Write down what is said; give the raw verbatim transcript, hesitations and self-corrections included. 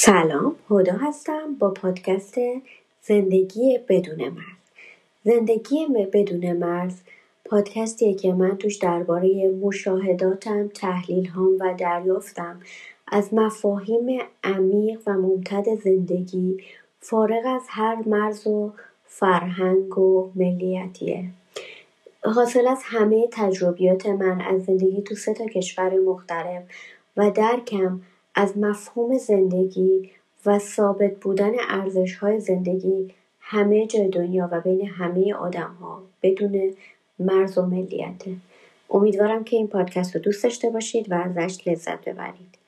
سلام، هدا هستم با پادکست زندگی بدون مرز. زندگی بدون مرز پادکستیه که من توش درباره مشاهداتم، تحلیل‌هام و دریافتم از مفاهیم عمیق و ممتد زندگی فارغ از هر مرز و فرهنگ و ملیتیه. حاصل از همه تجربیات من از زندگی تو سه تا کشور مختلف و درکم از مفهوم زندگی و ثابت بودن ارزش‌های زندگی همه جای دنیا و بین همه آدم‌ها بدون مرز و ملیته. امیدوارم که این پادکست رو دوست داشته باشید و ازش لذت ببرید.